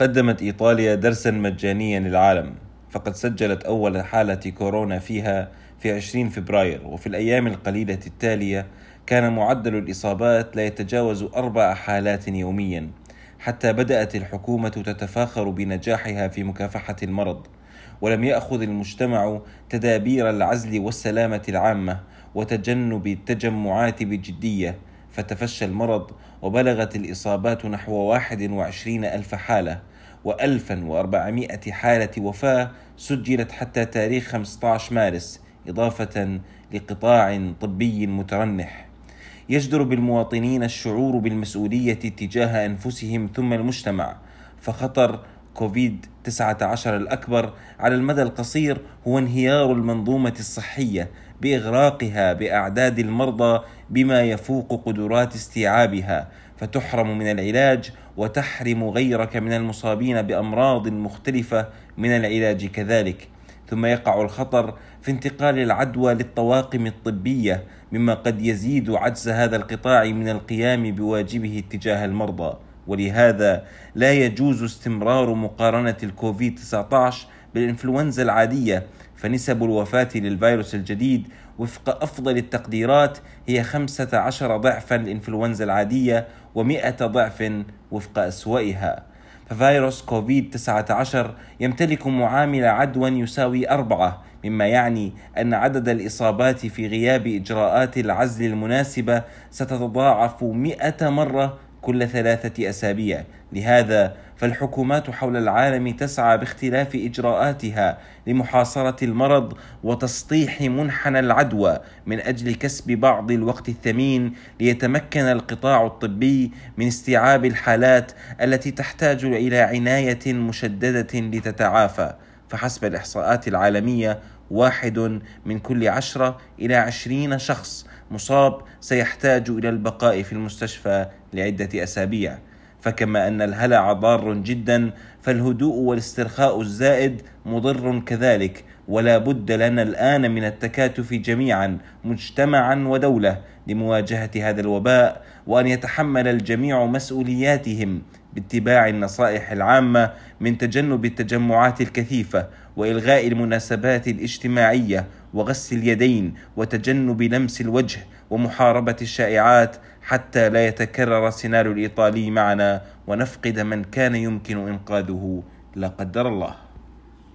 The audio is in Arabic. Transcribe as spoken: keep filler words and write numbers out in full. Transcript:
قدمت إيطاليا درسا مجانيا للعالم، فقد سجلت أول حالة كورونا فيها في عشرين فبراير، وفي الأيام القليلة التالية كان معدل الإصابات لا يتجاوز أربع حالات يوميا، حتى بدأت الحكومة تتفاخر بنجاحها في مكافحة المرض، ولم يأخذ المجتمع تدابير العزل والسلامة العامة وتجنب التجمعات بجدية، فتفشى المرض وبلغت الإصابات نحو واحد وعشرين ألف حالة، وألفا وأربعمائة حالة وفاة سجلت حتى تاريخ خمسة عشر مارس، إضافة لقطاع طبي مترنح. يجدر بالمواطنين الشعور بالمسؤولية تجاه أنفسهم ثم المجتمع، فخطر كوفيد تسعة عشر الأكبر على المدى القصير هو انهيار المنظومة الصحية بإغراقها بأعداد المرضى بما يفوق قدرات استيعابها، فتحرم من العلاج وتحرم غيرك من المصابين بأمراض مختلفة من العلاج كذلك. ثم يقع الخطر في انتقال العدوى للطواقم الطبية، مما قد يزيد عجز هذا القطاع من القيام بواجبه تجاه المرضى. ولهذا لا يجوز استمرار مقارنة الكوفيد تسعة عشر بالإنفلونزا العادية، فنسب الوفاة للفيروس الجديد وفق أفضل التقديرات هي خمسة عشر ضعفا الإنفلونزا العادية ومئة ضعف وفق أسوأها. ففيروس كوفيد تسعة عشر يمتلك معامل عدوى يساوي أربعة، مما يعني أن عدد الإصابات في غياب إجراءات العزل المناسبة ستتضاعف مئة مرة كل ثلاثة أسابيع. لهذا فالحكومات حول العالم تسعى باختلاف إجراءاتها لمحاصرة المرض وتسطيح منحنى العدوى من أجل كسب بعض الوقت الثمين، ليتمكن القطاع الطبي من استيعاب الحالات التي تحتاج إلى عناية مشددة لتتعافى. فحسب الإحصاءات العالمية، واحد من كل عشرة إلى عشرين شخص مصاب سيحتاج إلى البقاء في المستشفى لعدة أسابيع. فكما أن الهلع ضار جدا، فالهدوء والاسترخاء الزائد مضر كذلك، ولا بد لنا الآن من التكاتف جميعا مجتمعا ودولة لمواجهة هذا الوباء، وأن يتحمل الجميع مسؤولياتهم باتباع النصائح العامة من تجنب التجمعات الكثيفة وإلغاء المناسبات الاجتماعية وغسل اليدين وتجنب لمس الوجه ومحاربة الشائعات، حتى لا يتكرر السيناريو الإيطالي معنا ونفقد من كان يمكن إنقاذه لا قدر الله.